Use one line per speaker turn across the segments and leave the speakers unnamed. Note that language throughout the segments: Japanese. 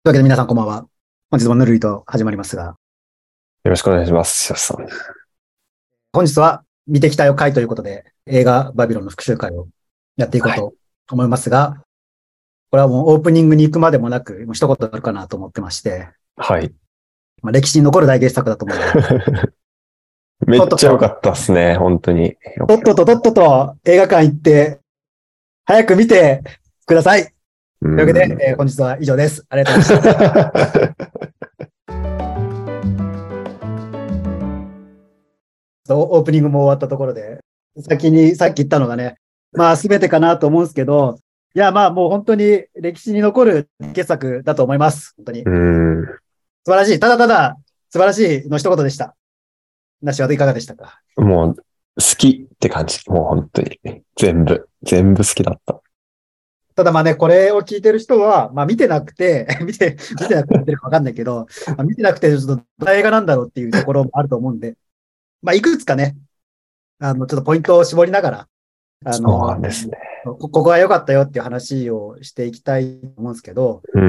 というわけで皆さんこんばんは。本日もぬるりと始まりますが、
よろしくお願いします、シャスさん。
本日は見てきたよ会ということで、映画バビロンの復習会をやっていこう
はい。
と思いますが、これはもうオープニングに行くまでもなく、もう一言あるかなと思ってまして、
はい。
歴史に残る大傑作だと思うんで、
めっ
とっとと、
ちゃ良かったっすね、本当に。
とっとと映画館行って、早く見てください。と
う
いうわけで、
ん。
本日は以上です。ありがとうございました。オープニングも終わったところで、さっき言ったのがね、まあ全てかなと思うんですけど、いやまあもう本当に歴史に残る傑作だと思います。本当に。
うん。
素晴らしい。ただただ素晴らしいの一言でした。なしはいかがでしたか？
もう、好きって感じ。もう本当に。全部好きだった。
ただまあね、これを聞いてる人は、まあ見てなくて、見てなくて見てるかわかんないけど、まあ、見てなくてちょっとどんな映画なんだろうっていうところもあると思うんで、まあいくつかね、ちょっとポイントを絞りながら、あ
そうな
の、
んですね。
ここが良かったよっていう話をしていきたいと思うんですけど、
うん。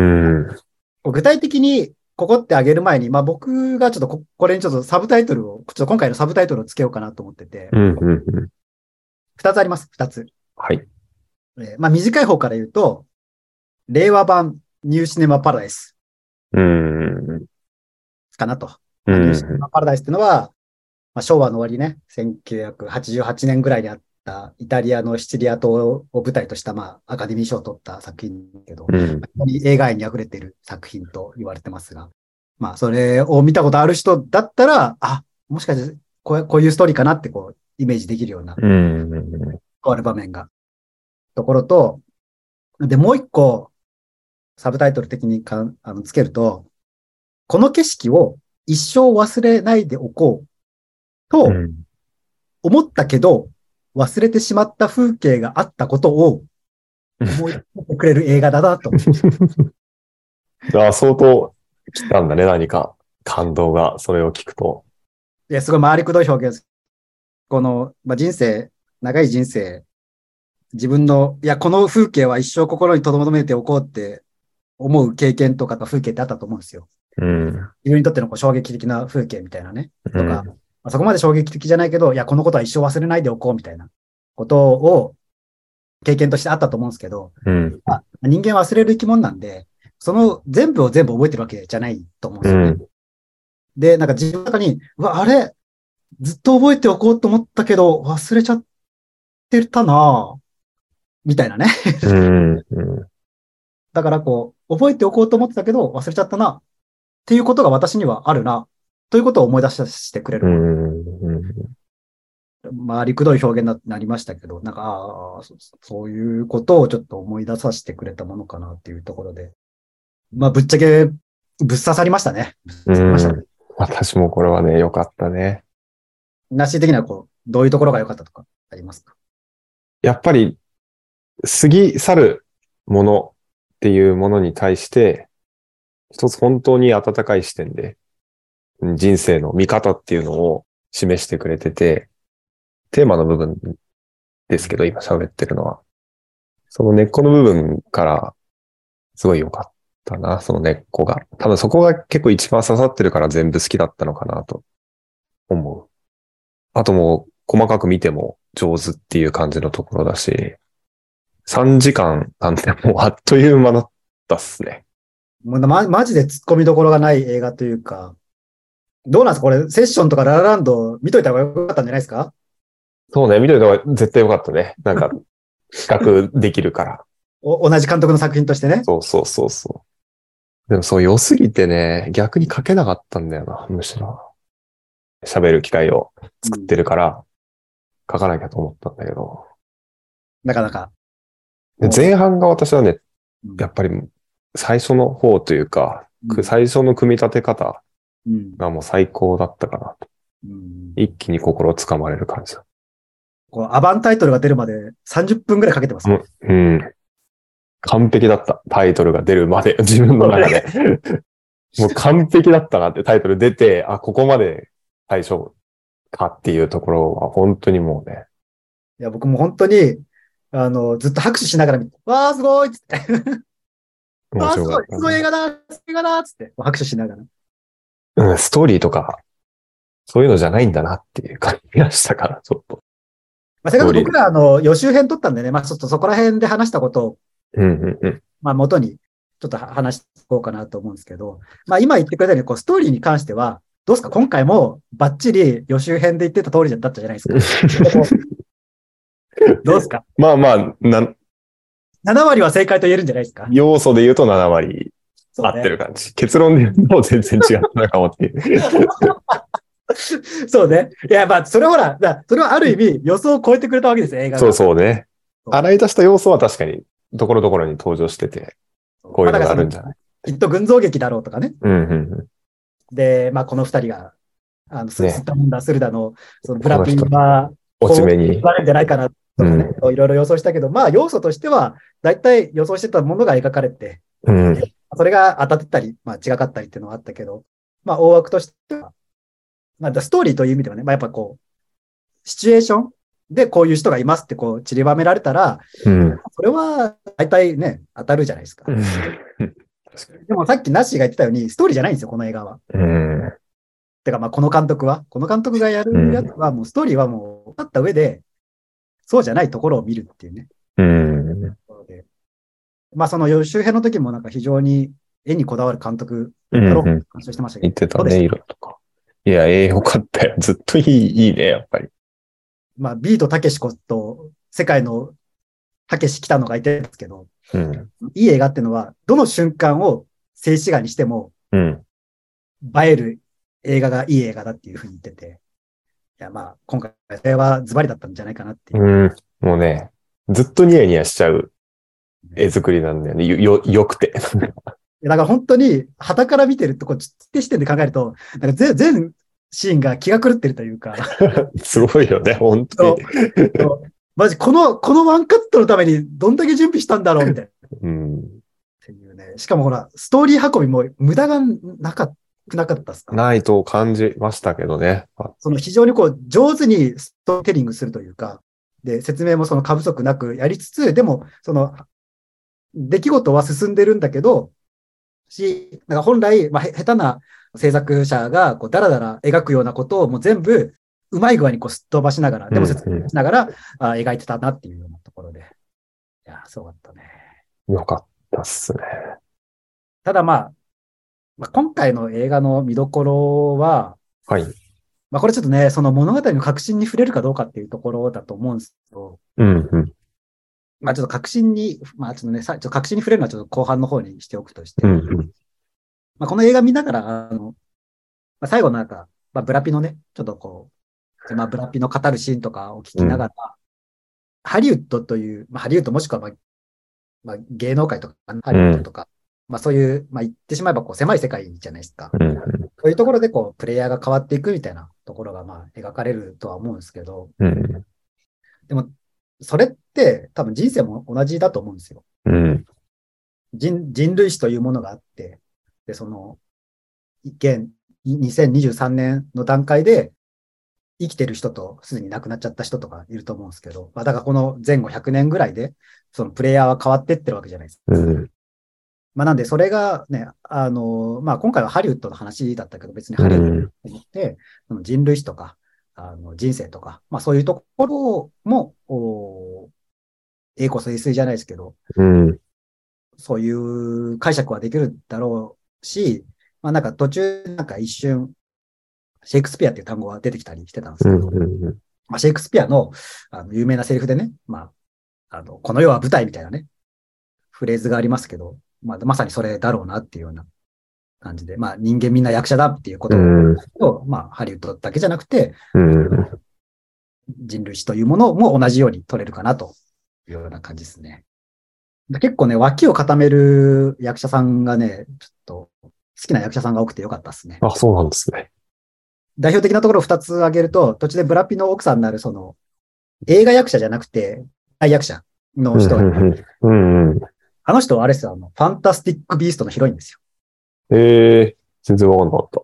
具体的にここってあげる前に、まあ僕がちょっとこれにちょっとサブタイトルを、ちょっと今回のサブタイトルをつけようかなと思ってて、
うん、うん、うん。
二つあります、二つ。
はい。
まあ短い方から言うと、令和版ニューシネマパラダイス
うん。
かなと。
う
まあ、ニューシネ
ん。
マパラダイスっていうのは、まあ、昭和の終わりね、1988年ぐらいにあったイタリアのシチリア島を舞台とした、まあ、アカデミー賞を取った作品だけど、
うん。
非常に映画愛に溢れている作品と言われてますが、まあ、それを見たことある人だったら、あ、もしかしてこういうストーリーかなってこう、イメージできるような、
うん。
ある場面が、ところと、で、もう一個、サブタイトル的につけると、この景色を一生忘れないでおこうと
うん。
思ったけど、忘れてしまった風景があったことを思い出してくれる映画だなと思いました。
相当来たんだね、何か。感動が、それを聞くと。
いや、すごい回りくどい表現です。この、まあ、長い人生、自分の、いや、この風景は一生心に留めておこうって思う経験とか風景ってあったと思うんですよ。
うん。
自分にとってのこう衝撃的な風景みたいなね。とか、
うん。
まあ、そこまで衝撃的じゃないけど、いや、このことは一生忘れないでおこうみたいなことを経験としてあったと思うんですけど、
うん。
まあ、人間は忘れる生き物なんで、その全部を全部覚えてるわけじゃないと思うんですよね。
うん。
で、なんか自分の中に、うわ、あれ、ずっと覚えておこうと思ったけど、忘れちゃってたなぁみたいなね。
うん。うん。
だからこう、覚えておこうと思ってたけど、忘れちゃったなっていうことが私にはあるな、ということを思い出させてくれる
う
もの。
ん。
まあ、くどい表現になりましたけど、なんか、そういうことをちょっと思い出させてくれたものかなっていうところで。まあ、ぶっちゃけ、ぶっ刺さりましたね。ぶっ
う
刺さりましたね。
ん。私もこれはね、良かったね。
なし的にはこう、どういうところが良かったとかありますか？
やっぱり過ぎ去るものっていうものに対して、一つ本当に温かい視点で人生の見方っていうのを示してくれてて、テーマの部分ですけど、今喋ってるのは、その根っこの部分からすごい良かったな、その根っこが。多分そこが結構一番刺さってるから全部好きだったのかなと思う。あともう細かく見ても上手っていう感じのところだし、3時間なんてもうあっという間だったっすね。
もうマジで突っ込みどころがない映画というか、どうなんですかこれ、セッションとかララランド見といた方が良かったんじゃないですか？
そうね、見てるのが絶対良かったね。なんか、比較できるから。
同じ監督の作品としてね。
そうそうそうそう。でもそう良すぎてね、逆に書けなかったんだよな、むしろ。喋る機会を作っ
うん、
てるから、書かなきゃと思ったんだけど。
なかなか。
で
も
前半が私はね、
う、うん、
やっぱり最初の方というか、
うん、
最初の組み立て方
うん、
がもう最高だったかなと。
うん。
一気に心をつかまれる感じだ。
こう、アバンタイトルが出るまで30分ぐらいかけてますもん。
うん。完璧だった。タイトルが出るまで、自分の中で。もう完璧だったなってタイトル出て、あ、ここまで最初かっていうところは本当にもうね。
いや、僕も本当に、ずっと拍手しながら見て、わー、すごいっつって。
面
すごい、
白かったね。
すごい映画だ、映画だ、つって拍手しながら。
うん、ストーリーとか、そういうのじゃないんだなっていう感じがしたから、ちょっと。
まあ、せっかく僕
ストーリーで。
ら予習編撮ったんでね、まあちょっとそこら辺で話したことを、
うんうんうん。
まあ元にちょっと話していこうかなと思うんですけど、まあ今言ってくれたように、こうストーリーに関しては、どうですか今回もバッチリ予習編で言ってた通りだったじゃないですか。どうですか？
まあまあ、
7 割は正解と言えるんじゃないですか？
要素で言うと7割合って
そうね。
る感じ。結論で言うと全然違ったかもっていう。
そうね。いや、まあ、それほら、それはある意味予想を超えてくれたわけですよ、映画
そう
が。
そうね。
そう
洗い出した要素は確かに、ところどころに登場してて、こういうの
まあ、だから
があるんじゃない？
きっと群像劇だろうとかね。
うんうん
で、まあ、この二人が、
うん。ね。
吸ったもんだ、するだの、そのブラピ
この人、
は、
落ち目に。
こう言われるんじゃないかなとかね、いろいろ予想したけど、まあ、要素としては、大体予想してたものが描かれて、
うん。
それが当たってたり、まあ、違かったりっていうのはあったけど、まあ、大枠としては、まあ、ストーリーという意味ではね、まあ、やっぱこう、シチュエーションでこういう人がいますってこう散りばめられたら、
うん。
それは大体ね、当たるじゃないですか。
うん確かに。
でもさっきナッシーが言ってたように、ストーリーじゃないんですよ、この映画は。
うん。
てか、まあ、この監督は、この監督がやるやつは、もうストーリーはもう分かった上で、そうじゃないところを見るっていうね。
うん。
まあ、その予習編の時もなんか非常に絵にこだわる監督
うん
だろう
うん。
話をしてましたけ
言っ
ど、
てたね、
どうでした？
色とか。いや、よかったよ。ずっといいね、やっぱり。
まあ、ビートたけしこと世界のたけし北野がいてるんですけど、
うん。
いい映画っていうのは、どの瞬間を静止画にしても
うん。
映える映画がいい映画だっていうふうに言ってて、いや、まあ、今回、それはズバリだったんじゃないかなっていう。
うん。もうね、ずっとニヤニヤしちゃう絵作りなんだよね。よくて。
だから本当に、旗から見てると、こう、って視点で考えると、なんか全シーンが気が狂ってるというか、
すごいよね、本当に。
マジ、このワンカットのためにどんだけ準備したんだろうみたいな。っ
うん。
ていうね。しかもほら、ストーリー運びも無駄がなかったっすか？
ないと感じましたけどね。
その非常にこう、上手にストーリーテリングするというか、で、説明もその過不足なくやりつつ、でも、その、出来事は進んでるんだけど、なんか本来、まあ、下手な制作者が、こう、だらだら描くようなことをもう全部、うまい具合にこう、すっ飛ばしながら、でも説明しながら、描いてたなっていうようなところで。いや、そうだったね。
よかったっすね。
ただまあ、今回の映画の見どころは、
はい。
まあ、これちょっとね、その物語の核心に触れるかどうかっていうところだと思うんですけど、
うんうん。
まあ、ちょっと核心に、まあ、ちょっとね、ちょっと核心に触れるのはちょっと後半の方にしておくとして、
うんうん。
まあ、この映画見ながら、まあ、最後のなんか、まあ、ブラピのね、ちょっとこう、まあ、ブラピの語るシーンとかを聞きながら、ハリウッドという、まあ、ハリウッドもしくは、まあ、芸能界とか、ハリウッドとか、まあそういう、まあ言ってしまえばこう狭い世界じゃないですか。
うん
そういうところでこう、プレイヤーが変わっていくみたいなところがまあ描かれるとは思うんですけど、
うん
でも、それって多分人生も同じだと思うんですよ。
うん
人類史というものがあって、で、その、現2023年の段階で生きてる人とすでに亡くなっちゃった人とかいると思うんですけど、まあだからこの前後100年ぐらいで、そのプレイヤーは変わってってるわけじゃないですか。
うん
まあなんでそれがね、まあ今回はハリウッドの話だったけど、別にハリウッドにって、その人類史とか、人生とか、まあそういうところも、栄枯盛衰じゃないですけど、
うん
そういう解釈はできるだろうし、まあなんか途中なんか一瞬、シェイクスピアっていう単語が出てきたりしてたんですけど、まあ、シェイクスピアの有名なセリフでね、まあ、この世は舞台みたいなね、フレーズがありますけど、まあ、まさにそれだろうなっていうような感じで、まあ、人間みんな役者だっていうことを、まあ、ハリウッドだけじゃなくて、人類史というものも同じように取れるかなというような感じですね。結構ね、脇を固める役者さんがね、ちょっと好きな役者さんが多くてよかったですね。
あ、そうなんですね。
代表的なところを2つ挙げると、途中でブラピの奥さんになるその映画役者じゃなくて、役者の人が、あの人はあれですよ、ファンタスティック・ビーストのヒロインです
よ。全然わかんなかった。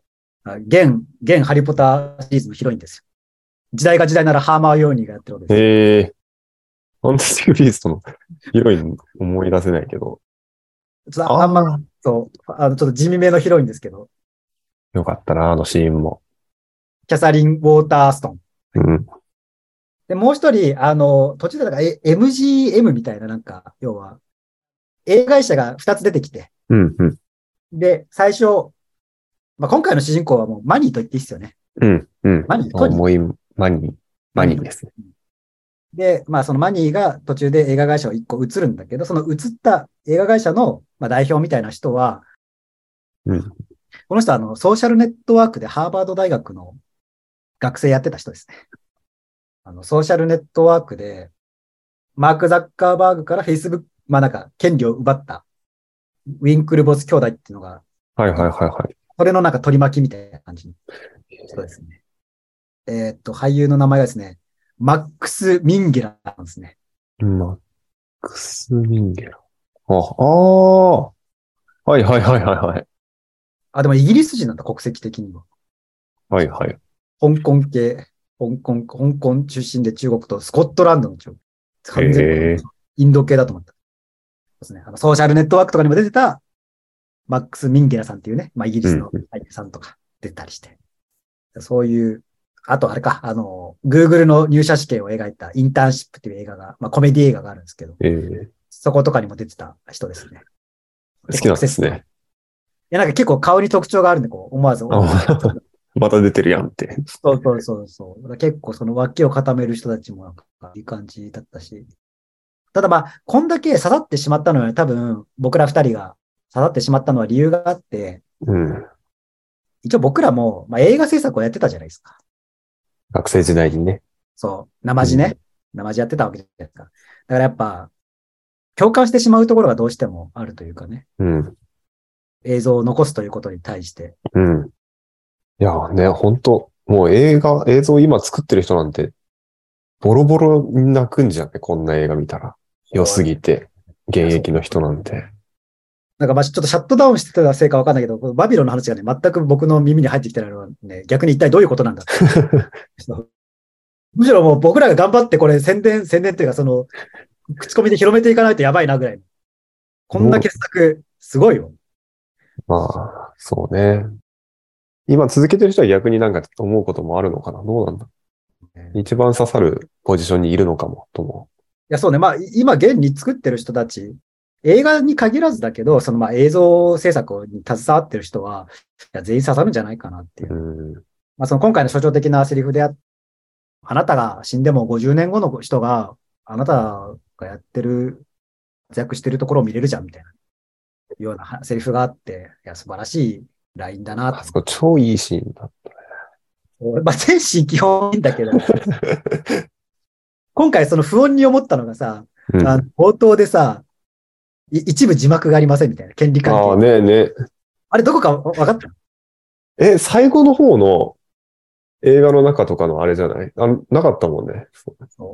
現ハリポタシリーズのヒロインですよ。時代が時代ならハーマーヨーニーがやってるわけです。
ファンタスティック・ビーストのヒロイン思い出せないけど。
ちょっとあんま、そう、ちょっと地味めのヒロインですけど、
よかったな、あのシーンも。
キャサリン・ウォーターストン。
うん。
で、もう一人、途中でなんか、MGM みたいななんか、要は、映画会社が二つ出てきて、
うん、うん。
で、最初、まあ、今回の主人公はもうマニーと言っていいですよね。
うん、うん。
マニー、トニー。
重い、マニーですね。
で、まあそのマニーが途中で映画会社を一個移るんだけど、その移った映画会社の、まあ、代表みたいな人は、
うん。
この人はソーシャルネットワークでハーバード大学の学生やってた人ですね。ソーシャルネットワークで、マーク・ザッカーバーグから Facebook、まあなんか権利を奪ったウィンクルボス兄弟っていうのが、
はいはいはいはい。
それのなんか取り巻きみたいな感じの人ですね。俳優の名前がですね、マックス・ミンゲラなんですね。
マックス・ミンゲラ。はいはいはいはいはい。
あ、でもイギリス人なんだ、国籍的には。
はいはい。
香港系、香港出身で中国とスコットランドの中国。完全にインド系だと思った。ですね。ソーシャルネットワークとかにも出てた、マックス・ミンゲラさんっていうね、まあイギリスの俳優さんとか出たりして。そういう、あとあれか、Google の入社試験を描いたインターンシップっていう映画が、まあコメディ映画があるんですけど、そことかにも出てた人ですね。
好きなんですね。
いや、なんか結構顔に特徴があるんで、こう、思わず。
また出てるやんって。
そう。結構その脇を固める人たちもなんかいい感じだったし。ただまあ、こんだけ刺さってしまったのは多分、僕ら二人が刺さってしまったのは理由があって、
うん。
一応僕らも、まあ、映画制作をやってたじゃないですか。
学生時代にね。
そう。生地ね。生地やってたわけじゃないですか。だからやっぱ、共感してしまうところがどうしてもあるというかね。
うん。
映像を残すということに対して。
うん。いやね、本当もう映像今作ってる人なんて、ボロボロに泣くんじゃんね、こんな映画見たら。良すぎて、現役の人なんて。
なんかまあちょっとシャットダウンしてたせいかわかんないけど、バビロンの話がね、全く僕の耳に入ってきてないのはね、逆に一体どういうことなんだむしろもう僕らが頑張ってこれ宣伝っていうかその、口コミで広めていかないとやばいなぐらい。こんな傑作、すごいよ。
まあ、そうね。今続けてる人は逆になんか思うこともあるのかな。どうなんだ。一番刺さるポジションにいるのかも、と思う。
いや、そうね。まあ、今現に作ってる人たち、映画に限らずだけど、そのまあ映像制作に携わってる人は、いや全員刺さるんじゃないかなっていう。まあ、その今回の象徴的なセリフであなたが死んでも50年後の人が、あなたがやってる、活躍してるところを見れるじゃん、みたいな、ようなセリフがあって、いや、素晴らしいラインだなと。
あそこ超いいシーンだったね。
まあ、全身基本いいんだけど、今回その不穏に思ったのがさ、冒頭でさ、一部字幕がありませんみたいな、権利関係。
ああ、ね。
あれどこか分かった？
最後の方の映画の中とかのあれじゃないなかったもんね。
そう。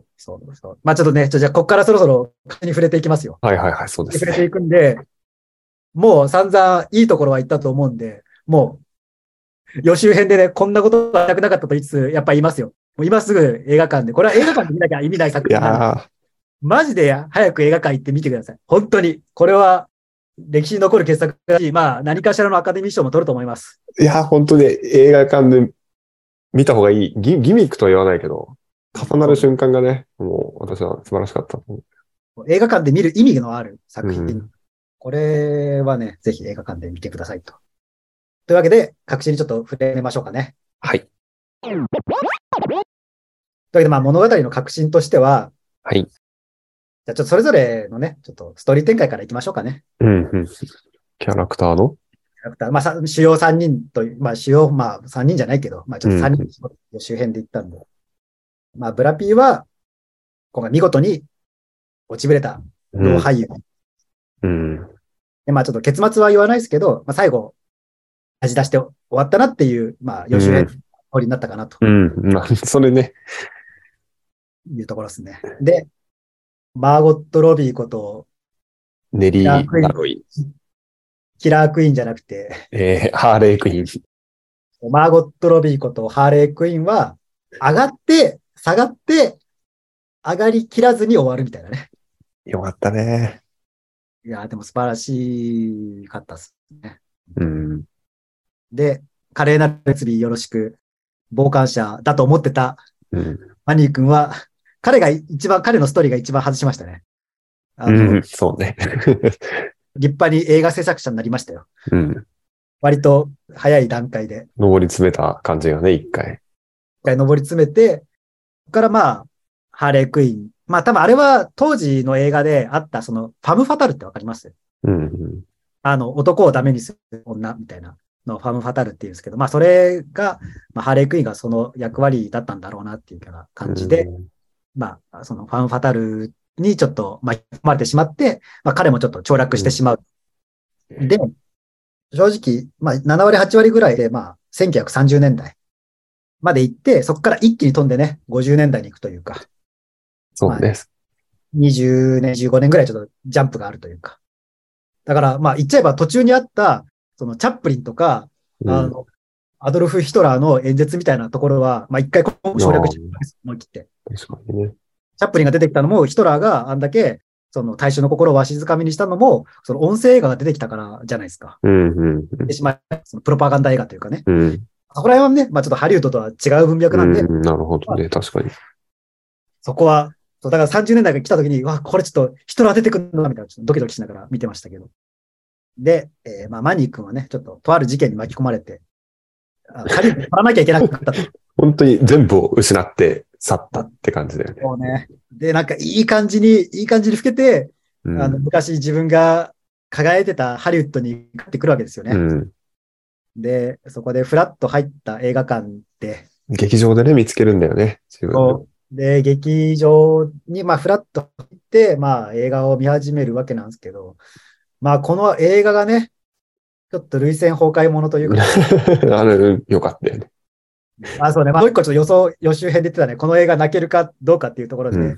まあちょっとね、じゃあこっからそろそろ口に触れていきますよ。
はい、そうですね。
触れていくんで、もう散々いいところは言ったと思うんで、もう予習編でね、こんなことはなくなかったと言いつつ、やっぱ言いますよ。もう今すぐ映画館で、これは映画館で見なきゃ意味ない作品なんで。マジで早く映画館行って見てください。本当に。これは歴史に残る傑作だし、まあ何かしらのアカデミー賞も取ると思います。
いや、本当に映画館で見た方がいい。ギミックとは言わないけど、重なる瞬間がね、もう私は素晴らしかった。
映画館で見る意味のある作品。これはね、ぜひ映画館で見てくださいと。というわけで、確信にちょっと触れましょうかね。
はい。
というわけで、まあ物語の核心としては、
はい。
じゃあちょっとそれぞれのね、ちょっとストーリー展開からいきましょうかね。
キャラクターの
まあ、主要3人と、まあ3人じゃないけど、まあちょっと3人の周辺で言ったんで。まあブラピーは、今回見事に落ちぶれた老俳優。で、まあちょっと結末は言わないですけど、まあ最後、味出して終わったなっていう、まあ予習編通りになったかなと。
それね。
いうところですね。で、マーゴット・ロビーこと、
ネリー・ダロイ。
キラークイーンじゃなくて、
ハーレー・クイーン。
マーゴット・ロビーことハーレー・クイーンは、上がって、下がって、上がりきらずに終わるみたいなね。
よかったね。
いや、でも素晴らしかったですね。
うん。
で、華麗なる列尾よろしく、傍観者だと思ってた
うん。
マニー君は、彼のストーリーが一番外しましたね。
うん、そうね。
立派に映画制作者になりましたよ。
うん。
割と早い段階で。
上り詰めた感じがね、一回。
一回上り詰めて、ここからまあ、ハーレークイーン。まあ多分あれは当時の映画であったその、ファム・ファタルってわかります？
うん。
男をダメにする女みたいなのをファム・ファタルっていうんですけど、まあそれが、まあハーレークイーンがその役割だったんだろうなっていうような
う
感じで、
ん。
まあそのファム・ファタルにちょっと巻き込まれてしまって、まあ彼もちょっと凋落してしまう。で、正直、まあ7割8割ぐらいで、まあ1930年代まで行って、そこから一気に飛んでね、50年代に行くというか、まあ
そうね。
20年、15年ぐらいちょっとジャンプがあるというか。だから、まあ言っちゃえば途中にあった、そのチャップリンとか、
うん。
アドルフ・ヒトラーの演説みたいなところは、まあ一回省略して
ああ、
思い切って。
確かにね。
チャップリンが出てきたのも、ヒトラーがあんだけ、その大衆の心をわしづかみにしたのも、その音声映画が出てきたからじゃないですか。
うん、うん、
でしまい、そのプロパガンダ映画というかね。
うん。
そこら辺はね、まあちょっとハリウッドとは違う文脈なんで、
うん、なるほど
まあ、
ね。確かに。
そこは、そうだから30年代が来た時に、わ、これちょっとヒトラー出てくるのみたいな、ちょっとドキドキしながら見てましたけど。で、まあマニー君はね、ちょっととある事件に巻き込まれて、ハリウッドに取らなきゃいけなかったと。
本当に全部を失って去ったって感じだよね。
そうね。で、なんかいい感じに老けて、
うん。
昔自分が輝いてたハリウッドに帰ってくるわけですよね。
うん。
で、そこでフラッと入った映画館で、
劇場でね、見つけるんだよね。自分でも。
で、劇場に、まあ、フラッと入って、まあ、映画を見始めるわけなんですけど、まあ、この映画がね、ちょっと涙腺崩壊ものというかですね。
よかったよね。
あ、そうね。まあ、もう一個ちょっと予習編で言ってたね。この映画泣けるかどうかっていうところで、
うん。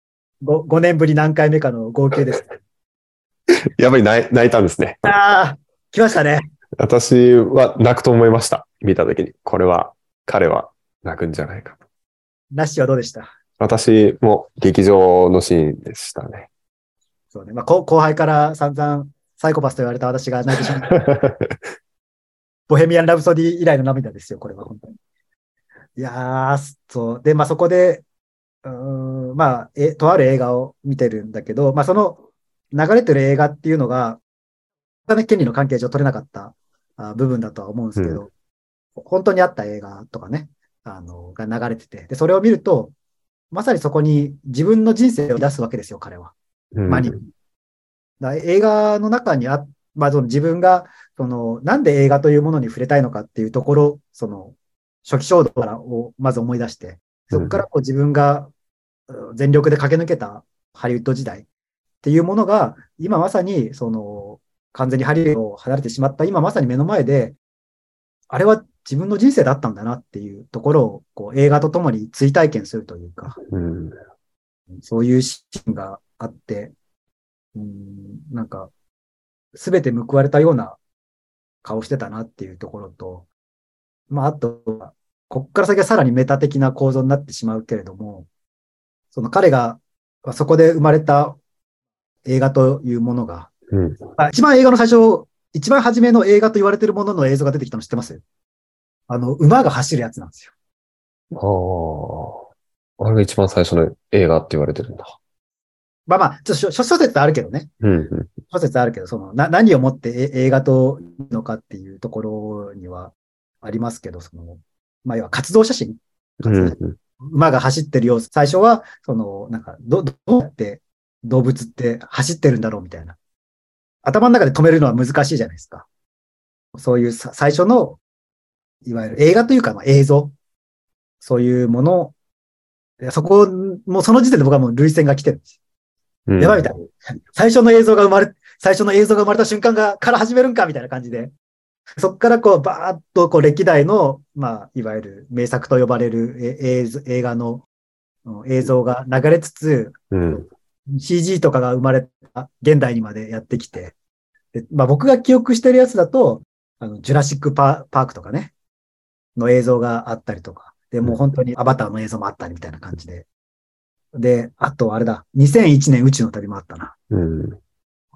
5年ぶり何回目かの号泣です。
やっぱり泣いたんですね。
ああ、来ましたね。
私は泣くと思いました。見たときに。これは、彼は泣くんじゃないかと。
ナッシュはどうでした？
私も劇場のシーンでしたね。
そうね。まあ、後輩から散々サイコパスと言われた私が泣いてしまう。ボヘミアン・ラブソディ以来の涙ですよ、これは本当に。いやー、そう。で、まあ、そこで、まあ、とある映画を見てるんだけど、まあ、その流れてる映画っていうのが、権利の関係上取れなかった部分だとは思うんです
うん。
けど、本当にあった映画とかね、が流れてて、で、それを見ると、まさにそこに自分の人生を出すわけですよ、彼は。
う
マニ
ん。
映画の中にまあ、その自分が、なんで映画というものに触れたいのかっていうところ、初期衝動からをまず思い出して、そこから
うん。
こう自分が全力で駆け抜けたハリウッド時代っていうものが、今まさに、完全にハリウッドを離れてしまった今まさに目の前で、あれは自分の人生だったんだなっていうところを、こう映画とともに追体験するというか、
うん。
そういうシーンがあって、なんか、すべて報われたような顔してたなっていうところと、まあ、あとは、こっから先はさらにメタ的な構造になってしまうけれども、その彼が、そこで生まれた映画というものが、
うん。
一番映画の最初、一番初めの映画と言われているものの映像が出てきたの知ってます？馬が走るやつなんですよ。
ああ。あれが一番最初の映画って言われてるんだ。
まあまあ、ちょっと諸説あるけどね。
うん。
諸説あるけど、何をもって映画というのかっていうところにはありますけど、まあ、要は活動写真。
うん。
活動写真。
うん。
馬が走ってる様子。最初は、なんか、どうやって動物って走ってるんだろうみたいな。頭の中で止めるのは難しいじゃないですか。そういう最初の、いわゆる映画というか、まあ、映像。そういうもの、もうその時点で僕はもう涙腺が来てるんです。
うん。
やばいみたいな。最初の映像が生まれた瞬間から始めるんかみたいな感じで。そこからこう、バーッとこう歴代の、まあ、いわゆる名作と呼ばれる映画の映像が流れつつ、
うん。
CG とかが生まれた現代にまでやってきて、でまあ、僕が記憶してるやつだと、ジュラシックパークとかね、の映像があったりとか、で、もう本当にアバターの映像もあったりみたいな感じで。で、あとあれだ、2001年宇宙の旅もあったな。
うん。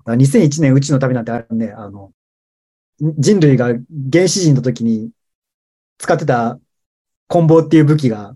2001年うちの旅なんてあれね、人類が原始人の時に使ってた棍棒っていう武器が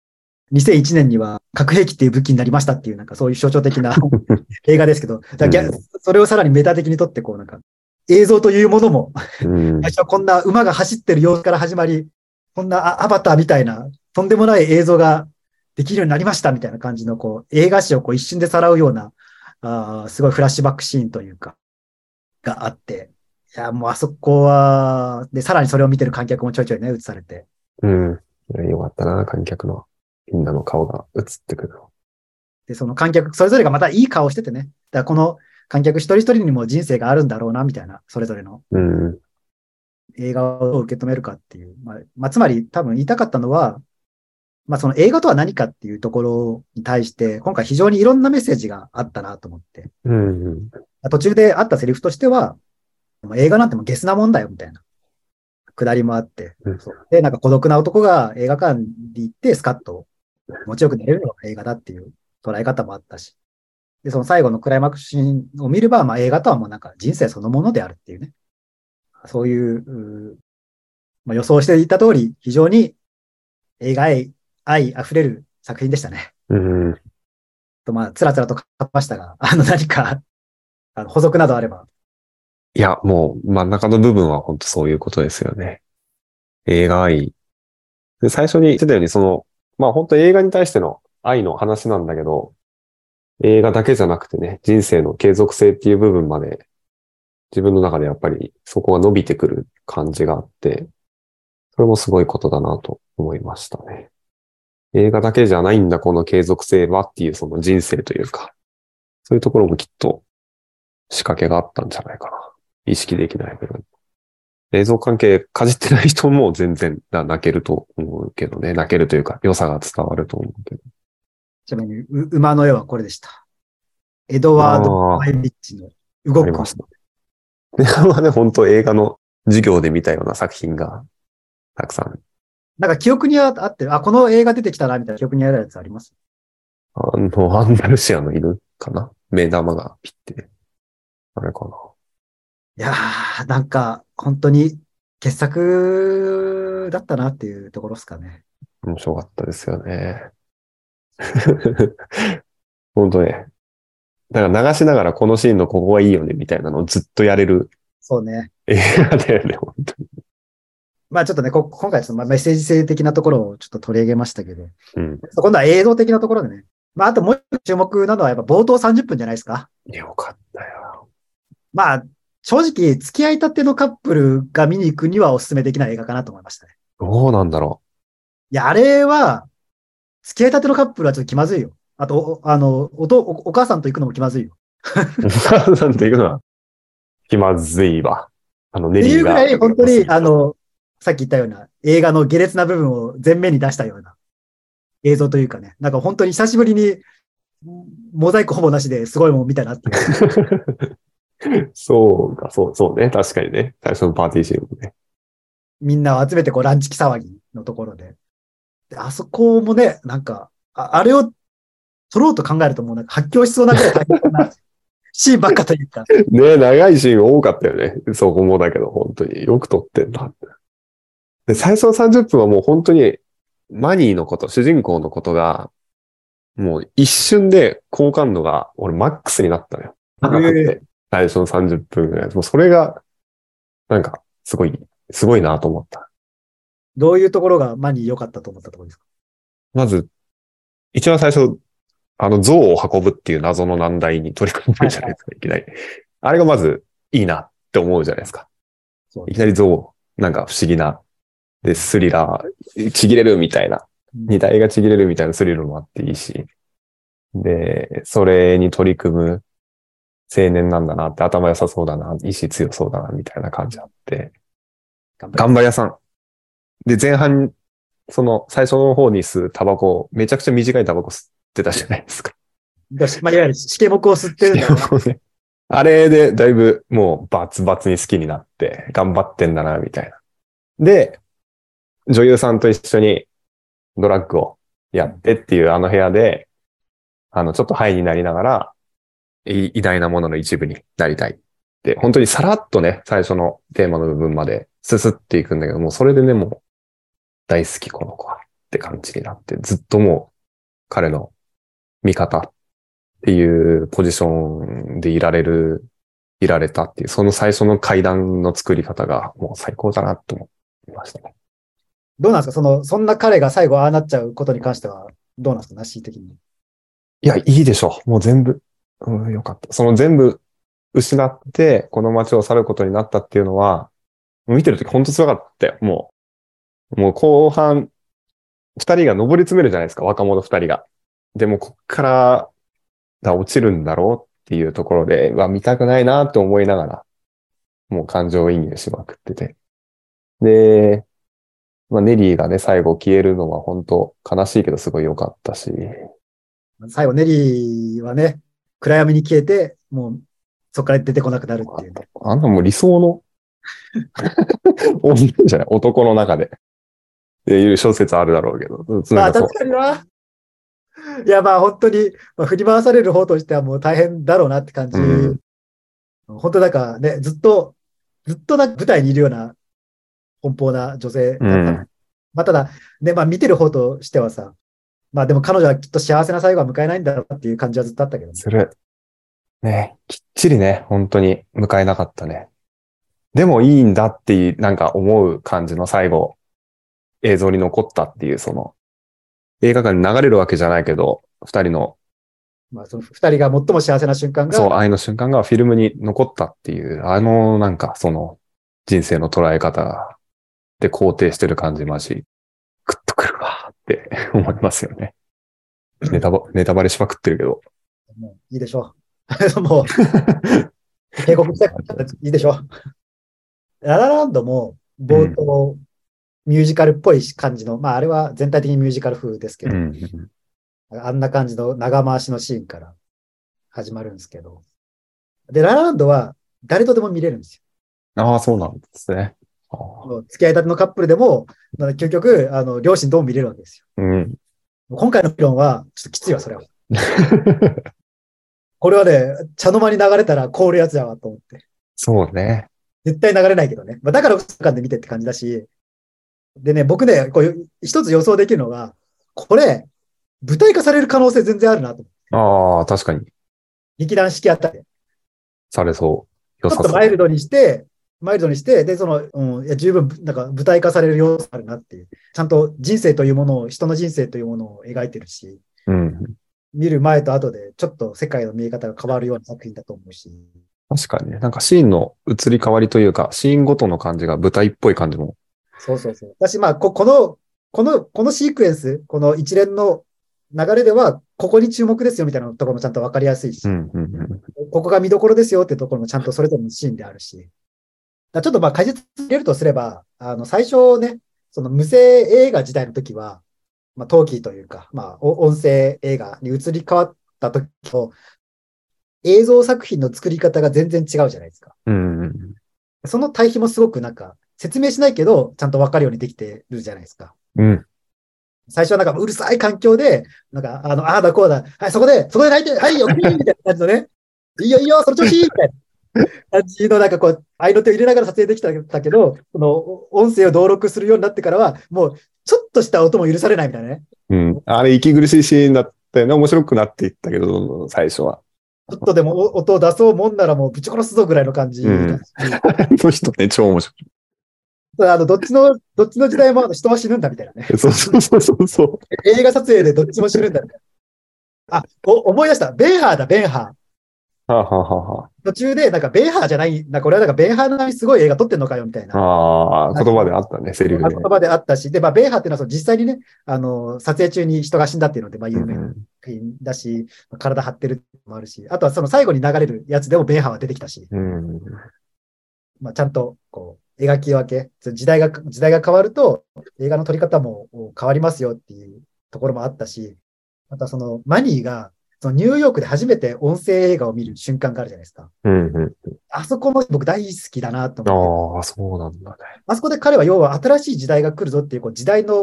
2001年には核兵器っていう武器になりましたっていう、なんかそういう象徴的な映画ですけど、それをさらにメタ的にとって、こうなんか映像というものも、最初はこんな馬が走ってる様子から始まり、こんなアバターみたいなとんでもない映像ができるようになりましたみたいな感じのこう映画史をこう一瞬でさらうような、すごいフラッシュバックシーンというか、があって、いや、もうあそこは、で、さらにそれを見てる観客もちょいちょいね、映されて。
よかったな、観客のみんなの顔が映ってくる。
で、その観客、それぞれがまたいい顔しててね。だからこの観客一人一人にも人生があるんだろうな、みたいな、それぞれの映画をどう受け止めるかっていう。つまり多分言いたかったのは、その映画とは何かっていうところに対して、今回非常にいろんなメッセージがあったなと思って。途中であったセリフとしては、映画なんてもうゲスなもんだよ、みたいな。くだりもあって。で、なんか孤独な男が映画館に行ってスカッと気持ちよく寝れるのが映画だっていう捉え方もあったし。で、その最後のクライマックスシーンを見れば、映画とはもうなんか人生そのものであるっていうね。そういう、予想していた通り、非常に映画愛あふれる作品でしたね。つらつらと語りましたが、何か、補足などあれば。
いや、もう真ん中の部分は本当そういうことですよね。映画愛。で、最初に言ってたように、本当映画に対しての愛の話なんだけど、映画だけじゃなくてね、人生の継続性っていう部分まで、自分の中でやっぱりそこが伸びてくる感じがあって、それもすごいことだなと思いましたね。映画だけじゃないんだ、この継続性はっていうその人生というか、そういうところもきっと仕掛けがあったんじゃないかな。意識できない部分。映像関係かじってない人も全然泣けると思うけどね。泣けるというか、良さが伝わると思うけど。
ちなみに、馬の絵はこれでした。エドワード・マイビッチの動く。
ありました。これはね、本当映画の授業で見たような作品がたくさん。
なんか記憶にあって、この映画出てきたな、みたいな記憶にあるやつあります？
アンダルシアの犬かな？目玉がピッて。あれかな。
いやー、なんか、本当に傑作だったなっていうところですかね。
面白かったですよね。本当ね。だから流しながらこのシーンのここがいいよねみたいなのをずっとやれる。
そうね。
映画だよね、本当に。
ちょっとね、今回メッセージ性的なところをちょっと取り上げましたけど、
今
度は映像的なところでね。あともう一つ注目なのはやっぱ冒頭30分じゃないですか。
よかったよ。
正直、付き合いたてのカップルが見に行くにはお勧めできない映画かなと思いましたね。
どうなんだろ
う。いや、あれは、付き合いたてのカップルはちょっと気まずいよ。あと、お母さんと行くのも気まずいよ。
お母さんと行くのは気まずいわ。
ネリーが。っていうぐらい、本当に、さっき言ったような映画の下劣な部分を前面に出したような映像というかね、なんか本当に久しぶりにモザイクほぼなしですごいもん見たなっていう。
そうね。確かにね。最初のパーティーシーンもね。
みんなを集めてランチキ騒ぎのところで。あそこもね、なんか、あれを撮ろうと考えるともうなんか発狂しそうなぐらい大変なシーンばっかというか。
ね、長いシーン多かったよね。そこもだけど、本当によく撮ってんだって。で、最初の30分はもう本当にマニーのこと、主人公のことが、もう一瞬で好感度が俺マックスになったのよ。最初の30分ぐらい。もうそれが、なんか、すごいなと思った。
どういうところがマニー良かったと思ったところですか？
まず、一番最初、像を運ぶっていう謎の難題に取り組むじゃないですか、いきなり。あれがまずいいなって思うじゃないですか。いきなり像、なんか不思議な、で、スリラー、ちぎれるみたいな、荷台がちぎれるみたいなスリルもあっていいし、で、それに取り組む青年なんだなって、頭良さそうだな、意志強そうだな、みたいな感じあって、頑張り屋さん。で、前半、最初の方に吸うタバコ、めちゃくちゃ短いタバコ吸ってたじゃないですか。
いわゆるシケモクを吸ってるんだよね。
あれでだいぶもうバツバツに好きになって頑張ってんだな、みたいな。で、女優さんと一緒にドラッグをやってっていう部屋で、ちょっとハイになりながら偉大なものの一部になりたい。で、本当にさらっとね、最初のテーマの部分まで進っていくんだけど、もうそれでね、もう大好きこの子はって感じになって、ずっともう彼の味方っていうポジションでいられたっていう、その最初の階段の作り方がもう最高だなと思いましたね。
どうなんですかそんな彼が最後ああなっちゃうことに関しては、どうなんですかナッシー的に。
いや、いいでしょう。もう全部、よかった。その全部失って、この街を去ることになったっていうのは、見てるとき本当辛かったよ。もう後半、二人が上り詰めるじゃないですか、若者二人が。でも、こっから落ちるんだろうっていうところで、見たくないなって思いながら、もう感情移入しまくってて。で、ネリーがね、最後消えるのは本当悲しいけどすごい良かったし。
最後、ネリーはね、暗闇に消えて、もう、そこから出てこなくなるっていうね。
あんなもう理想の女じゃない男の中で。っていう小説あるだろうけど。
確かにな。いや、本当に、振り回される方としてはもう大変だろうなって感じ。本当なんかね、ずっとなんか舞台にいるような奔放な女性だった。ただ、ね、見てる方としてはさ、でも彼女はきっと幸せな最後は迎えないんだろうなっていう感じはずっとあったけどね。
する。ね、きっちりね、本当に迎えなかったね。でもいいんだってなんか思う感じの最後、映像に残ったっていう、その、映画館に流れるわけじゃないけど、二人の、
その二人が最も幸せな瞬間が。
そう、愛の瞬間がフィルムに残ったっていう、なんかその、人生の捉え方で肯定してる感じマジ、グッとくるわって思いますよね。ネタバレしまくってるけど。
もういいでしょう。もう、警告したからいいでしょう。ララランドも冒頭、ミュージカルっぽい感じの、あれは全体的にミュージカル風ですけど、あんな感じの長回しのシーンから始まるんですけど。で、ララランドは誰とでも見れるんです
よ。ああ、そうなんですね。
付き合いたてのカップルでも、究極、両親とも見れるわけですよ。今回の議論は、ちょっときついわ、それは。これはね、茶の間に流れたら凍るやつだわと思って。
そうね。
絶対流れないけどね。だから、間で見てって感じだし。でね、僕ね、一つ予想できるのが、これ、舞台化される可能性全然あるなと。
ああ、確かに。
劇団四季あたり。
されそう。
ちょっとマイルドにして、で、いや十分、なんか舞台化される要素あるなっていう。ちゃんと人生というものを、人の人生というものを描いてるし、見る前と後で、ちょっと世界の見え方が変わるような作品だと思うし。
確かにね。なんかシーンの移り変わりというか、シーンごとの感じが舞台っぽい感じも。
そう。私、このシークエンス、この一連の流れでは、ここに注目ですよみたいなところもちゃんとわかりやすいし、ここが見どころですよっていうところもちゃんとそれぞれのシーンであるし、ちょっと解説入れるとすれば、最初ね、その無声映画時代の時は、陶器というか、音声映画に移り変わった時と、映像作品の作り方が全然違うじゃないですか。その対比もすごくなんか、説明しないけど、ちゃんとわかるようにできてるじゃないですか。最初はなんかうるさい環境で、なんか、ああだこうだ、はい、そこで泣いて、はい、よくみたいな感じのね、いいよ、その調子みたいな感じのなんか合いの手を入れながら撮影できたけど、その音声を登録するようになってからは、もう、ちょっとした音も許されないみたいなね。
あれ、息苦しいシーンだったよね。面白くなっていったけど、最初は。
ちょっとでも音を出そうもんならもうぶち殺すぞぐらいの感じだし。
その人ね、超面白い。
どっちの時代も人は死ぬんだみたいなね。
そう。
映画撮影でどっちも死ぬんだみたいな。思い出した。ベンハーだ、ベンハー。途中で、なんかベンハーじゃない、これはなんかベンハーのすごい映画撮ってんのかよみたいな。
言葉であったね、セリフで。
言葉であったし、で、ベンハーっていうのは実際にね、撮影中に人が死んだっていうので、有名だし、体張ってるのもあるし、あとはその最後に流れるやつでもベンハーは出てきたし、ちゃんと、描き分け、時代が変わると、映画の撮り方も変わりますよっていうところもあったし、またそのマニーが、そのニューヨークで初めて音声映画を見る瞬間があるじゃないですか。あそこも僕大好きだなと思って。
そうなんだね。
あそこで彼は要は新しい時代が来るぞっていう、時代の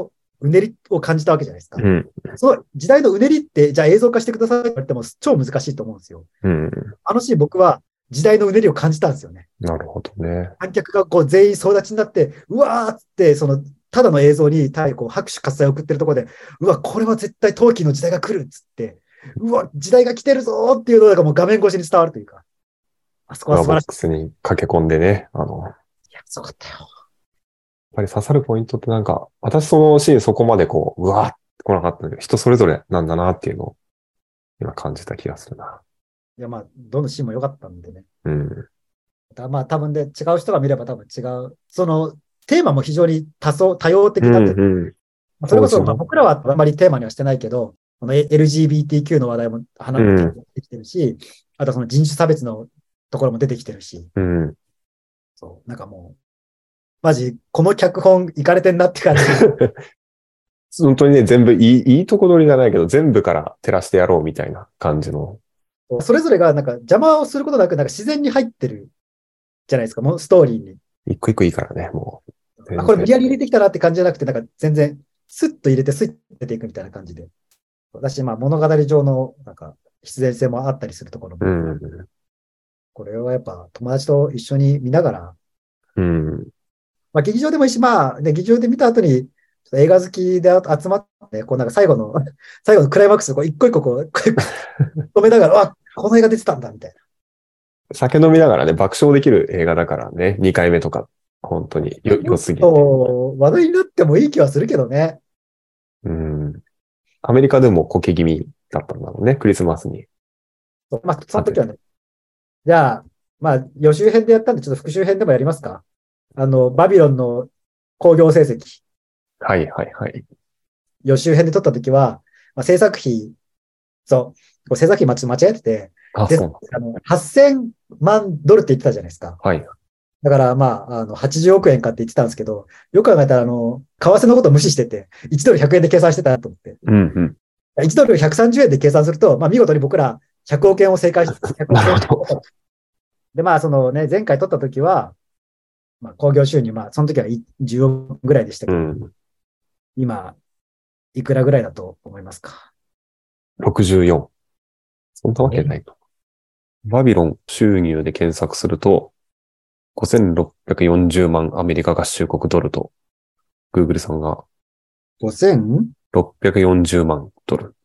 うねりを感じたわけじゃないですか。
うん。
その時代のうねりって、じゃあ映像化してくださいって言われても超難しいと思うんですよ。
うん。
あのシーン僕は時代のうねりを感じたんですよね。
なるほどね。
観客がこう全員総立ちになって、うわーって、ただの映像に対こう拍手喝采を送ってるところで、うわ、これは絶対陶器の時代が来るっつって、うわ、時代が来てるぞーっていうのがもう画面越しに伝わるというか、あそこは素晴らしい。
ボックスに駆け込んでね、
いや、すごかったよ。
やっぱり刺さるポイントってなんか、私そのシーンそこまでこう、うわーって来なかったんだけど、人それぞれなんだなっていうのを今感じた気がするな。
いや、まあ、どのシーンも良かったんでね。
うん。
まあ、多分で違う人が見れば多分違う。テーマも非常に多様的
うん
になってて、
うん。
それこそ、
当時の
僕らはあんまりテーマにはしてないけど、LGBTQ の話題も
うん。
出てきてるし、あとその人種差別のところも出てきてるし、
うん。
そう、なんかもう、マジ、この脚本いかれてんなって感じ。
本当にね、全部いいとこ取りじゃないけど、全部から照らしてやろうみたいな感じの。
それぞれがなんか邪魔をすることなく、なんか自然に入ってるじゃないですか、もうストーリーに。
一個一個いいからね、もう。
あ、これ無理やり
全然。
入れてきたなって感じじゃなくて、なんか全然、スッと入れてスッと出ていくみたいな感じで。私、まあ物語上の、なんか、必然性もあったりするところも、
うん。
これはやっぱ友達と一緒に見ながら、
うん。
まあ劇場でもいいし、まあね、劇場で見た後に、映画好きで集まって、こうなんか最後の最後のクライマックスをこう一個一個こう、止めながら、あ、この映画出てたんだ、みたいな。
酒飲みながらね、爆笑できる映画だからね、2回目とか、本当に良すぎて。
話題になってもいい気はするけどね。
うん。アメリカでもこけ気味だったんだろうね、クリスマスに。
まあ、その時はね。じゃあ、まあ、予習編でやったんで、ちょっと復習編でもやりますか。バビロンの興行成績。
はいはいはい。
予習編で撮った時は、まあ、制作費、そう、こう制作費間違えてて、
あ、
で、
そうなんだ。
8000万ドルって言ってたじゃないですか。
はい。
だから、まあ、80億円かって言ってたんですけど、よく考えたら、為替のことを無視してて、1ドル100円で計算してたなと思って。
うんうん。
1ドル130円で計算すると、まあ、見事に僕ら100億円を正解して、100億円
なるほど。
で、まあ、前回撮った時は、まあ、興行収入、まあ、その時は10億ぐらいでしたけど、
うん。
今、いくらぐらいだと思いますか。
64。そんなわけな
ね、
いと。バビロン収入で検索すると、5640万アメリカ合衆国ドルと、Google さんが
5000?
640万ドル。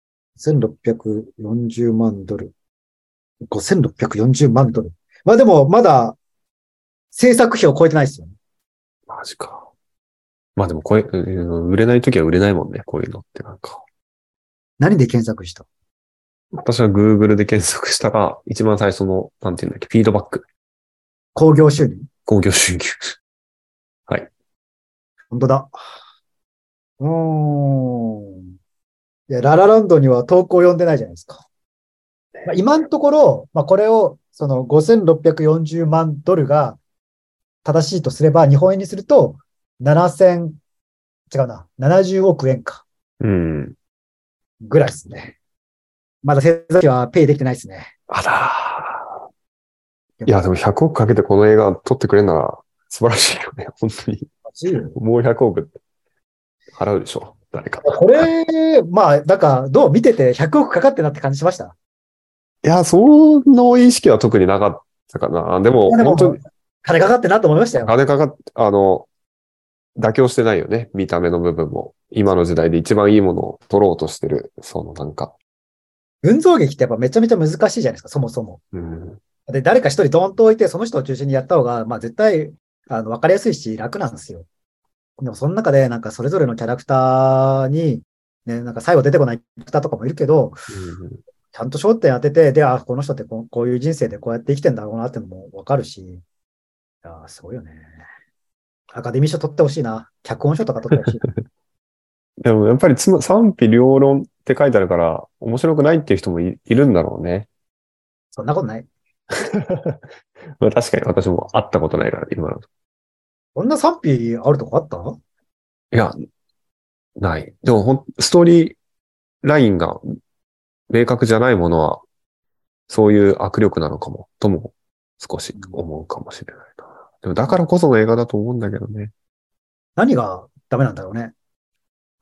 1640万ドル。5640万ドル。まあでも、まだ、制作費を超えてないですよね。
マジか。まあでもこれ、売れないときは売れないもんね、こういうのってなんか。
何で検索した？
私は Google で検索したら、一番最初の、なんていうんだっけ、フィードバック。
興行収入。
興行収入。はい。
本当だ。うーん。いや、ララランドには投稿読んでないじゃないですか。まあ、今のところ、まあ、これを、5640万ドルが正しいとすれば、日本円にすると、7000、違うな、70億円か、
うん。
ぐらいですね。まだ制作費はペイできてないですね。
あらー。いや、でも100億かけてこの映画撮ってくれるなら素晴らしいよね、本当に。もう100億って払うでしょ、誰か。
これ、まあ、なんか、どう見てて100億かかってなって感じしました？
いや、その意識は特になかったかな。でも、
いや、でも、
本当に、
金かかってなと思いましたよ。
金かかっ、妥協してないよね。見た目の部分も。今の時代で一番いいものを撮ろうとしてる、そのなんか。
群像劇ってやっぱめちゃめちゃ難しいじゃないですか、そもそも。
うん。
で、誰か一人ドーンと置いて、その人を中心にやった方が、まあ絶対、わかりやすいし、楽なんですよ。でも、その中で、なんかそれぞれのキャラクターに、ね、なんか最後出てこないキャラクターとかもいるけど、
うん、
ちゃんと焦点当てて、で、あ、この人ってこういう人生でこうやって生きてんだろうなっていうのもわかるし、いや、すごいよね。アカデミー賞取ってほしいな。脚本賞とか取ってほしい。
でもやっぱり賛否両論って書いてあるから、面白くないっていう人もいるんだろうね。
そんなことない。
まあ確かに私も会ったことないから、今の。
こんな賛否あるとこあった？
いや、ない。でもストーリーラインが明確じゃないものは、そういう握力なのかも、とも少し思うかもしれないな。でもだからこその映画だと思うんだけどね。
何がダメなんだろうね。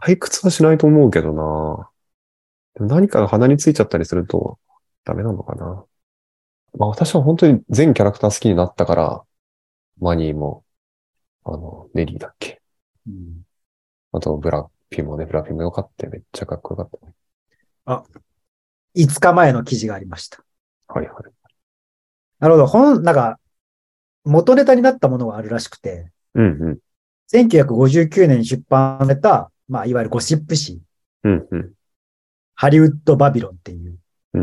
退屈はしないと思うけどな。でも何かが鼻についちゃったりするとダメなのかな。まあ私は本当に全キャラクター好きになったから、マニーも、ネリーだっけ。
うん、
あと、ブラピもね、ブラピもよかった。めっちゃかっこよかったね。
あ、5日前の記事がありました。
はいはい。
なるほど。なんか、元ネタになったものがあるらしくて、
うん
1959年に出版された、まあ、いわゆるゴシップ誌、
うん。うん
ハリウッド・バビロンっていう
うん。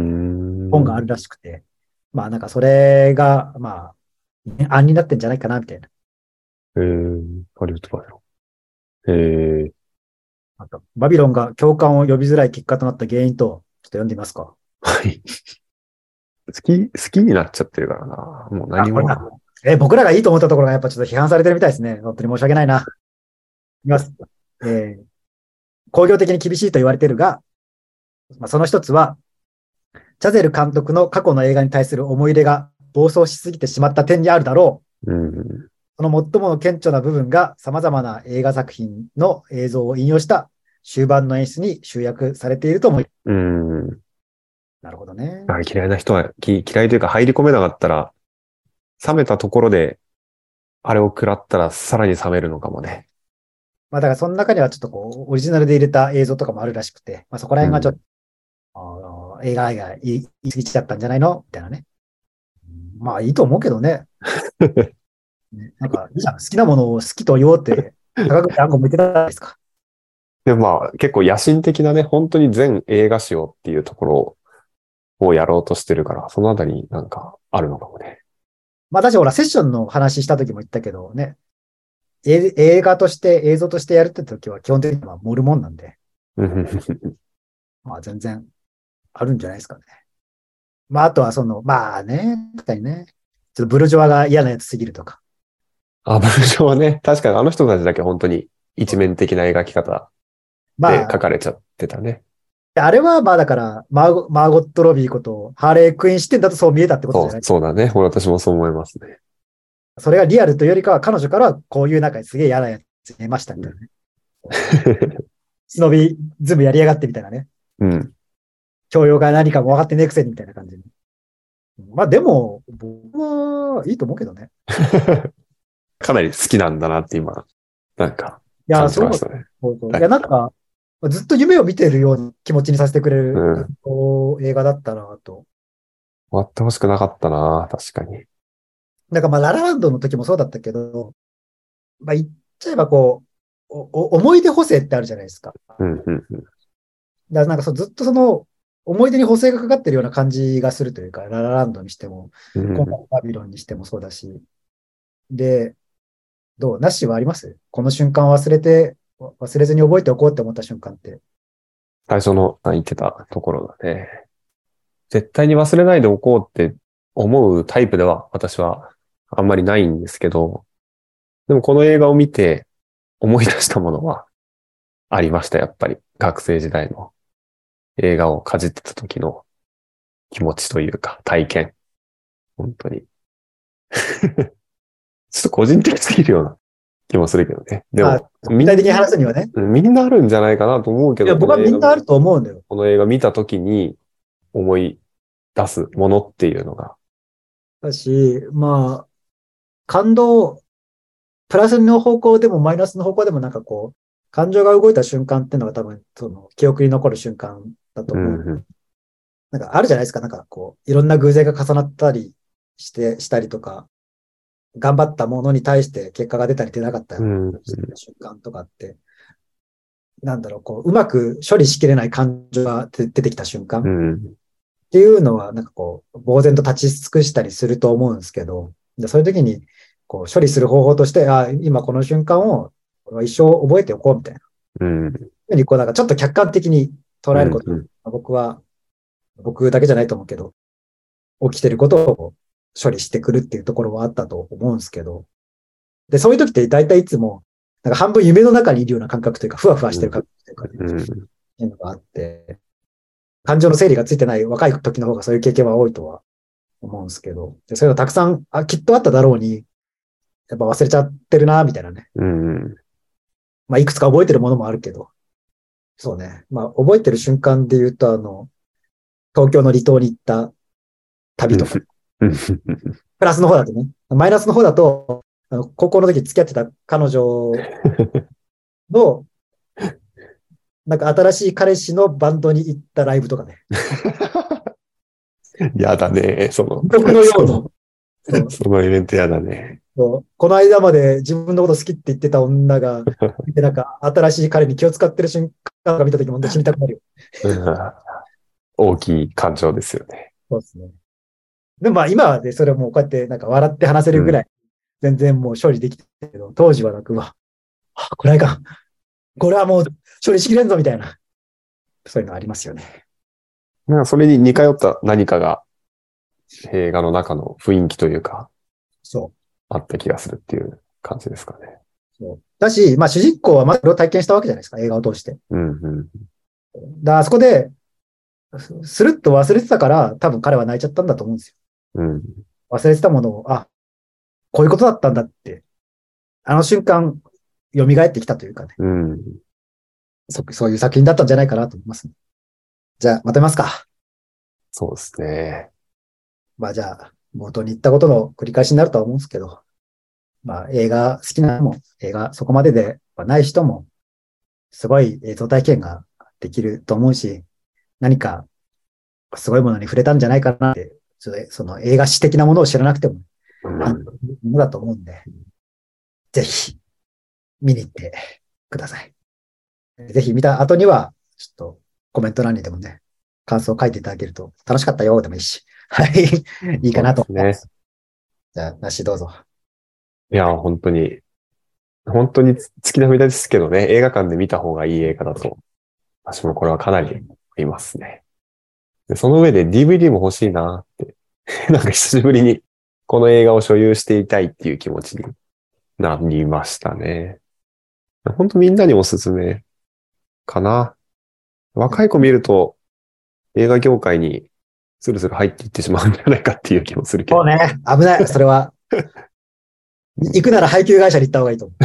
本があるらしくて、まあ、なんかそれが、まあ、案になってんじゃないかな、みたいな。
ハリウッドバイロン。
あとバビロンが共感を呼びづらい結果となった原因と、ちょっと読んでみますか。
はい。好きになっちゃってるからな。もう何
これ
も。
僕らがいいと思ったところがやっぱちょっと批判されてるみたいですね。本当に申し訳ないな。いきます。工業的に厳しいと言われているが、まあ、その一つは、チャゼル監督の過去の映画に対する思い入れが暴走しすぎてしまった点にあるだろ
うん。
う。その最も顕著な部分が様々な映画作品の映像を引用した終盤の演出に集約されていると思います。
うん。
なるほどね。
あれ嫌いな人は、嫌いというか入り込めなかったら、冷めたところで、あれを食らったらさらに冷めるのかもね。
まあだからその中にはちょっとこう、オリジナルで入れた映像とかもあるらしくて、まあそこら
うん。
辺がちょっと、映画愛が言い過ぎちゃったんじゃないのみたいなね。まあいいと思うけどね。なんか、いいじゃん。好きなものを好きと言おうって、高口暗号向いてたじゃないですか。
でもまあ結構野心的なね、本当に全映画史をっていうところをやろうとしてるから、そのあたりなんかあるのかもね。
まあ私ほら、セッションの話した時も言ったけどね、映画として、映像としてやるって時は基本的には盛るもんなんで、まあ全然あるんじゃないですかね。まああとはまあね、確かにね、ちょっとブルジョワが嫌なやつすぎるとか。
あ、文章はね、確かにあの人たちだけ本当に一面的な描き方で
まあ、
書かれちゃってたね。
あれはまあだから、マーゴット・ロビーことハーレー・クイーン視点だとそう見えたってことじゃない。
そうだね。私もそう思いますね。
それがリアルというよりかは彼女からはこういうなんかすげえ嫌なやつ見えましたみたいなね。忍びズムやりやがってみたいなね。
うん。
教養が何かも分かってねえくせにみたいな感じに。まあでも、僕はいいと思うけどね。
かなり好きなんだなって今、なんか
いや、
感じ
そう、
ましたね。
そうそう。いや、
はい。
なんか、ずっと夢を見てるような気持ちにさせてくれる
うん。
映画だったなと。
終わってほしくなかったな、確かに。
なんかまあ、ララランドの時もそうだったけど、まあ言っちゃえばこう、思い出補正ってあるじゃないですか。
うん、うん、うん。
だからなんかずっと思い出に補正がかかってるような感じがするというか、ララランドにしても、
うん、
今回のバビロンにしてもそうだし。で、どうなしはありますこの瞬間忘れずに覚えておこうって思った瞬間って。
最初の言ってたところだね。絶対に忘れないでおこうって思うタイプでは私はあんまりないんですけど、でもこの映画を見て思い出したものはありました、やっぱり。学生時代の映画をかじってた時の気持ちというか体験。本当に。ちょっと個人的すぎるような気もするけどね。で
まあ、
も、み
具体的に
んな、
話すにはね。
みんなあるんじゃないかなと思うけど、
いや、僕はみんなあると思うんだよ。
この映画見た時に思い出すものっていうのが。
だし、まあ、感動、プラスの方向でもマイナスの方向でもなんかこう、感情が動いた瞬間っていうのが多分、記憶に残る瞬間だと思う。
うん、
なんかあるじゃないですか。なんかこう、いろんな偶然が重なったりしたりとか、頑張ったものに対して結果が出たり出なかった
うん、うん、
瞬間とかって、なんだろう、こう、うまく処理しきれない感情が出てきた瞬間っ
うん、
ていうのは、なんかこう、呆然と立ち尽くしたりすると思うんですけど、でそういう時に、こう、処理する方法として、今この瞬間を俺は一生覚えておこうみたいな。
うん、
ふうに、こう、なんかちょっと客観的に捉
うん、
えること、
うん、
僕だけじゃないと思うけど、起きてることを処理してくるっていうところはあったと思うんですけど、で、そういう時って大体いつも、なんか半分夢の中にいるような感覚というか、ふわふわしてる感覚というかね、
うん、
っていうのがあって、感情の整理がついてない若い時の方がそういう経験は多いとは思うんですけど、でそういうのたくさんきっとあっただろうに、やっぱ忘れちゃってるな、みたいなね。
うん、
まあ、いくつか覚えてるものもあるけど、 そうね。まあ、覚えてる瞬間で言うと、東京の離島に行った旅とか、
うん
プラスの方だとね、マイナスの方だと、高校の時付き合ってた彼女の、なんか新しい彼氏のバンドに行ったライブとかね。
やだね、
僕のような。そう
そのイベントやだね。
そうこの間まで自分のこと好きって言ってた女が、なんか新しい彼に気を使ってる瞬間が見た時も本当に死にたくなるよ。
うん大きい感情ですよね。
そうですね。でもまあ今はね、それをもうこうやってなんか笑って話せるぐらい、全然もう処理できてるけど、当時はなんか、これはいかん。これはもう処理しきれんぞみたいな、そういうのありますよね。
なんかそれに似通った何かが映画の中の雰囲気というか、
そう。
あった気がするっていう感じですかね。
そうだし、まあ主人公はまずそれを体験したわけじゃないですか、映画を通して。
うんうん。
だからあそこで、スルッと忘れてたから、多分彼は泣いちゃったんだと思うんですよ。
うん。
忘れてたものを、こういうことだったんだって、あの瞬間、蘇ってきたというかね、
うん。
そういう作品だったんじゃないかなと思います、ね。じゃあ、まとめますか。
そうですね。
まあじゃあ、冒頭に言ったことの繰り返しになるとは思うんですけど、まあ映画好きな人も、映画そこまでではない人も、すごい映像体験ができると思うし、何かすごいものに触れたんじゃないかなって、その映画史的なものを知らなくても、
うん
ものだと思うんで、ぜひ見に行ってください。ぜひ見た後には、ちょっとコメント欄にでもね、感想を書いていただけると楽しかったよでもいいし、はい、いいかなと思います。じゃあ、なしどうぞ。
いや、本当に月並みですけどね、映画館で見た方がいい映画だと、私もこれはかなり思いますね。でその上で DVD も欲しいなって、なんか久しぶりにこの映画を所有していたいっていう気持ちになりましたね。本当みんなにおすすめかな。若い子見ると映画業界にスルスル入っていってしまうんじゃないかっていう気もするけど。
そうね。危ない。それは。行くなら配給会社に行った方がいいと思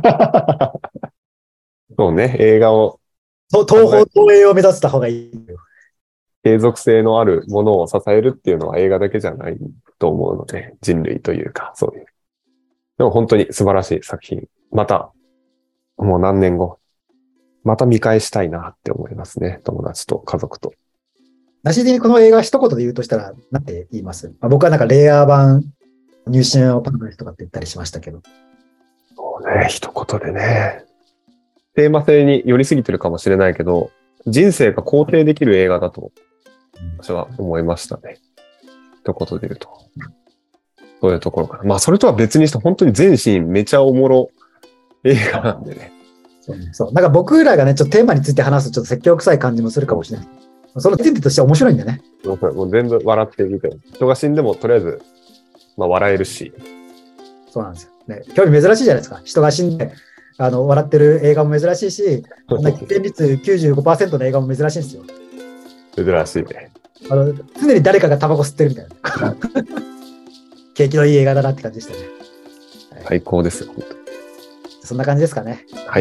う。
そうね、映画を
東宝東映を目指した方がいいよ。
継続性のあるものを支えるっていうのは映画だけじゃないと思うので、人類というか、そういう。でも本当に素晴らしい作品。また、もう何年後、また見返したいなって思いますね。友達と家族と。
なしでにこの映画一言で言うとしたら、なんて言います？僕はなんかレイヤー版入信をパラダイスとかって言ったりしましたけど。
そうね、一言でね。テーマ性に寄りすぎてるかもしれないけど、人生が肯定できる映画だと、私は思いましたね。一言で言うと。そういうところかな。まあ、それとは別にして、本当に全シーンめちゃおもろ映画なんでね。
そう。なんか僕らがね、ちょっとテーマについて話すとちょっと説教臭い感じもするかもしれない。その前提としては面白いんだよね。
もう全部笑っているけど、人が死んでもとりあえず、まあ笑えるし。
そうなんですよ。ね、興味珍しいじゃないですか。人が死んで、笑ってる映画も珍しいし、危険率 95% の映画も珍しいんですよ。
珍しいね。
常に誰かがタバコ吸ってるみたいな。景気のいい映画だなって感じでしたね。
最高ですよ、本当に。
そんな感じですかね。
はい。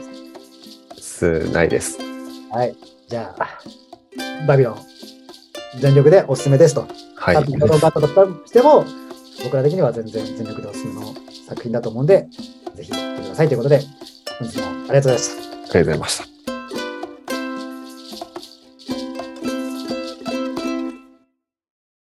ないです。
はい。じゃあ、バビロン、全力でおすすめですと。
はい。
多分評論があったとしても、僕ら的には全然全力でおすすめの作品だと思うんで、ぜひ見てくださいということで、本日もありがとうございました。
ありがとうございました。